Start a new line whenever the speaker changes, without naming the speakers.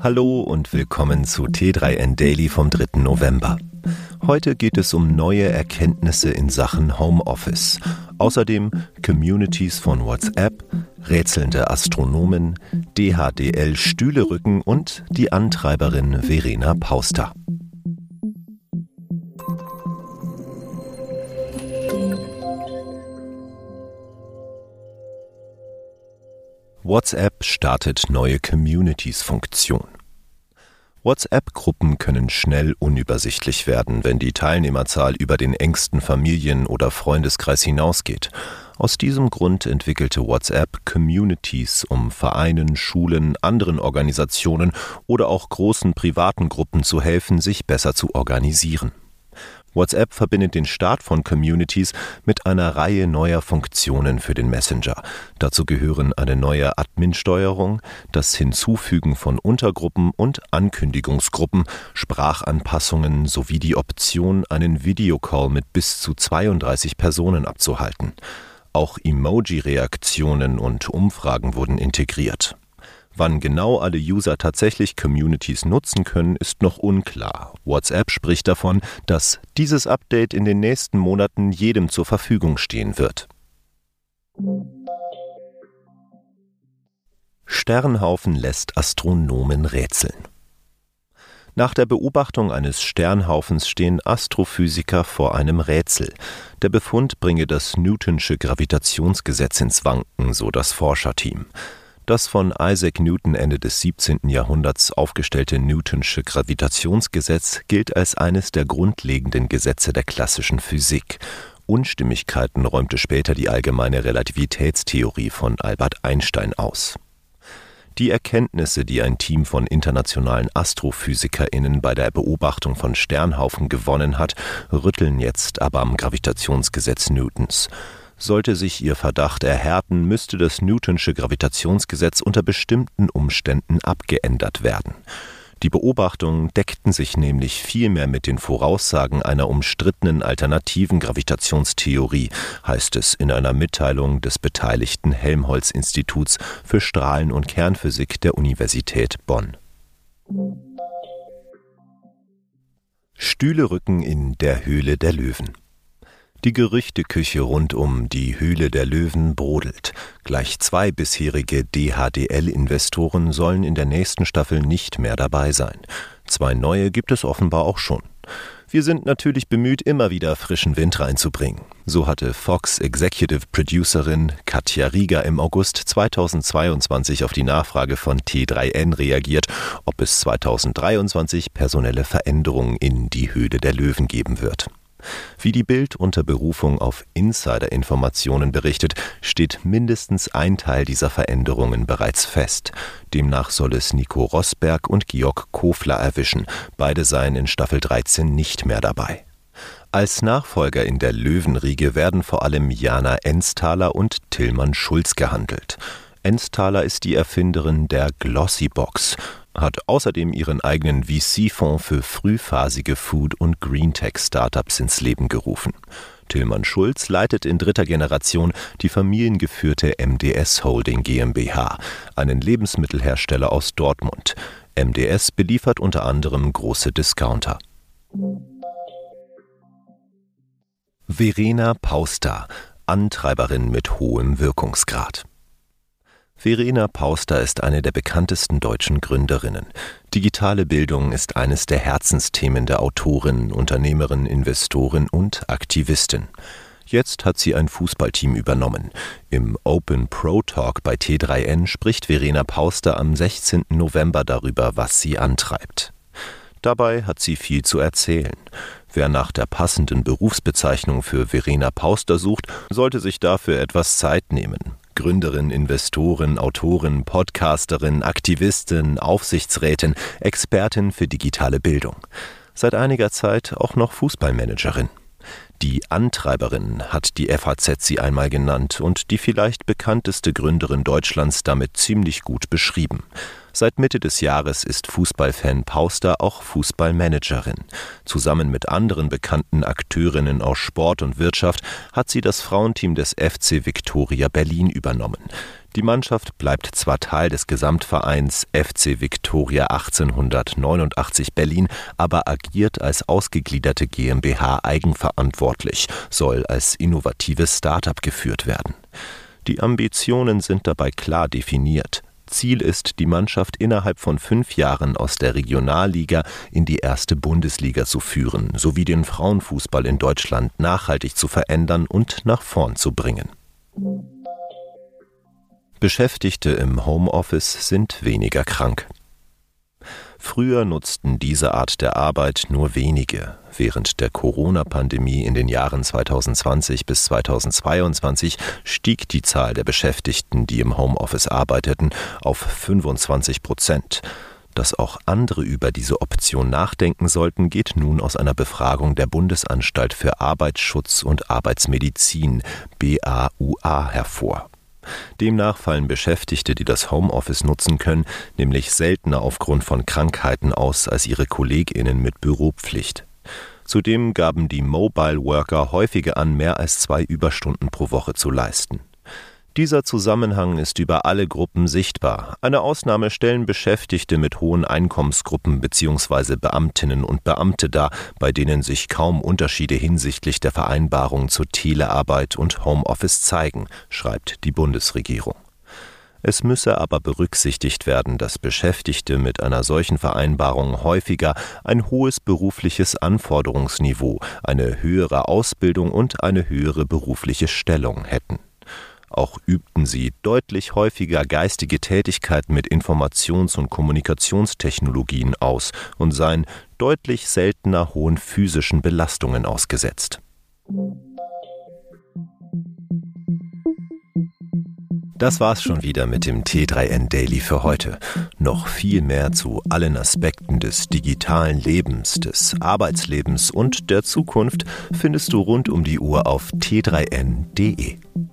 Hallo und willkommen zu T3N Daily vom 3. November. Heute geht es um neue Erkenntnisse in Sachen Homeoffice. Außerdem Communities von WhatsApp, rätselnde Astronomen, DHDL-Stühlerücken und die Antreiberin Verena Pauster. WhatsApp startet neue Communities-Funktion. WhatsApp-Gruppen können schnell unübersichtlich werden, wenn die Teilnehmerzahl über den engsten Familien- oder Freundeskreis hinausgeht. Aus diesem Grund entwickelte WhatsApp Communities, um Vereinen, Schulen, anderen Organisationen oder auch großen privaten Gruppen zu helfen, sich besser zu organisieren. WhatsApp verbindet den Start von Communities mit einer Reihe neuer Funktionen für den Messenger. Dazu gehören eine neue Admin-Steuerung, das Hinzufügen von Untergruppen und Ankündigungsgruppen, Sprachanpassungen sowie die Option, einen Videocall mit bis zu 32 Personen abzuhalten. Auch Emoji-Reaktionen und Umfragen wurden integriert. Wann genau alle User tatsächlich Communities nutzen können, ist noch unklar. WhatsApp spricht davon, dass dieses Update in den nächsten Monaten jedem zur Verfügung stehen wird. Sternhaufen lässt Astronomen rätseln. Nach der Beobachtung eines Sternhaufens stehen Astrophysiker vor einem Rätsel. Der Befund bringe das Newtonsche Gravitationsgesetz ins Wanken, so das Forscherteam. Das von Isaac Newton Ende des 17. Jahrhunderts aufgestellte Newtonsche Gravitationsgesetz gilt als eines der grundlegenden Gesetze der klassischen Physik. Unstimmigkeiten räumte später die allgemeine Relativitätstheorie von Albert Einstein aus. Die Erkenntnisse, die ein Team von internationalen AstrophysikerInnen bei der Beobachtung von Sternhaufen gewonnen hat, rütteln jetzt aber am Gravitationsgesetz Newtons. Sollte sich ihr Verdacht erhärten, müsste das Newtonsche Gravitationsgesetz unter bestimmten Umständen abgeändert werden. Die Beobachtungen deckten sich nämlich vielmehr mit den Voraussagen einer umstrittenen alternativen Gravitationstheorie, heißt es in einer Mitteilung des beteiligten Helmholtz-Instituts für Strahlen- und Kernphysik der Universität Bonn. Stühlerücken in der Höhle der Löwen. Die Gerüchteküche rund um die Höhle der Löwen brodelt. Gleich 2 bisherige DHDL-Investoren sollen in der nächsten Staffel nicht mehr dabei sein. 2 neue gibt es offenbar auch schon. Wir sind natürlich bemüht, immer wieder frischen Wind reinzubringen. So hatte Fox Executive Producerin Katja Rieger im August 2022 auf die Nachfrage von T3N reagiert, ob es 2023 personelle Veränderungen in die Höhle der Löwen geben wird. Wie die Bild unter Berufung auf Insider-Informationen berichtet, steht mindestens ein Teil dieser Veränderungen bereits fest. Demnach soll es Nico Rosberg und Georg Kofler erwischen. Beide seien in Staffel 13 nicht mehr dabei. Als Nachfolger in der Löwenriege werden vor allem Jana Ensthaler und Tillmann Schulz gehandelt. Ensthaler ist die Erfinderin der Glossybox, hat außerdem ihren eigenen VC-Fonds für frühphasige Food- und Greentech-Startups ins Leben gerufen. Tillmann Schulz leitet in 3. Generation die familiengeführte MDS Holding GmbH, einen Lebensmittelhersteller aus Dortmund. MDS beliefert unter anderem große Discounter. Verena Pauster, Antreiberin mit hohem Wirkungsgrad. Verena Pauster ist eine der bekanntesten deutschen Gründerinnen. Digitale Bildung ist eines der Herzensthemen der Autorin, Unternehmerin, Investorin und Aktivistin. Jetzt hat sie ein Fußballteam übernommen. Im Open Pro Talk bei T3N spricht Verena Pauster am 16. November darüber, was sie antreibt. Dabei hat sie viel zu erzählen. Wer nach der passenden Berufsbezeichnung für Verena Pauster sucht, sollte sich dafür etwas Zeit nehmen. Gründerin, Investorin, Autorin, Podcasterin, Aktivistin, Aufsichtsrätin, Expertin für digitale Bildung. Seit einiger Zeit auch noch Fußballmanagerin. Die Antreiberin hat die FAZ sie einmal genannt und die vielleicht bekannteste Gründerin Deutschlands damit ziemlich gut beschrieben. Seit Mitte des Jahres ist Fußballfan Pauster auch Fußballmanagerin. Zusammen mit anderen bekannten Akteurinnen aus Sport und Wirtschaft hat sie das Frauenteam des FC Viktoria Berlin übernommen. Die Mannschaft bleibt zwar Teil des Gesamtvereins FC Viktoria 1889 Berlin, aber agiert als ausgegliederte GmbH eigenverantwortlich, soll als innovatives Start-up geführt werden. Die Ambitionen sind dabei klar definiert. Ziel ist, die Mannschaft innerhalb von 5 Jahren aus der Regionalliga in die erste Bundesliga zu führen, sowie den Frauenfußball in Deutschland nachhaltig zu verändern und nach vorn zu bringen. Beschäftigte im Homeoffice sind weniger krank. Früher nutzten diese Art der Arbeit nur wenige. Während der Corona-Pandemie in den Jahren 2020 bis 2022 stieg die Zahl der Beschäftigten, die im Homeoffice arbeiteten, auf 25%. Dass auch andere über diese Option nachdenken sollten, geht nun aus einer Befragung der Bundesanstalt für Arbeitsschutz und Arbeitsmedizin, BAUA, hervor. Demnach fallen Beschäftigte, die das Homeoffice nutzen können, nämlich seltener aufgrund von Krankheiten aus als ihre KollegInnen mit Büropflicht. Zudem gaben die Mobile Worker häufiger an, mehr als 2 Überstunden pro Woche zu leisten. Dieser Zusammenhang ist über alle Gruppen sichtbar. Eine Ausnahme stellen Beschäftigte mit hohen Einkommensgruppen bzw. Beamtinnen und Beamte dar, bei denen sich kaum Unterschiede hinsichtlich der Vereinbarung zur Telearbeit und Homeoffice zeigen, schreibt die Bundesregierung. Es müsse aber berücksichtigt werden, dass Beschäftigte mit einer solchen Vereinbarung häufiger ein hohes berufliches Anforderungsniveau, eine höhere Ausbildung und eine höhere berufliche Stellung hätten. Auch übten sie deutlich häufiger geistige Tätigkeiten mit Informations- und Kommunikationstechnologien aus und seien deutlich seltener hohen physischen Belastungen ausgesetzt. Das war's schon wieder mit dem T3N Daily für heute. Noch viel mehr zu allen Aspekten des digitalen Lebens, des Arbeitslebens und der Zukunft findest du rund um die Uhr auf t3n.de.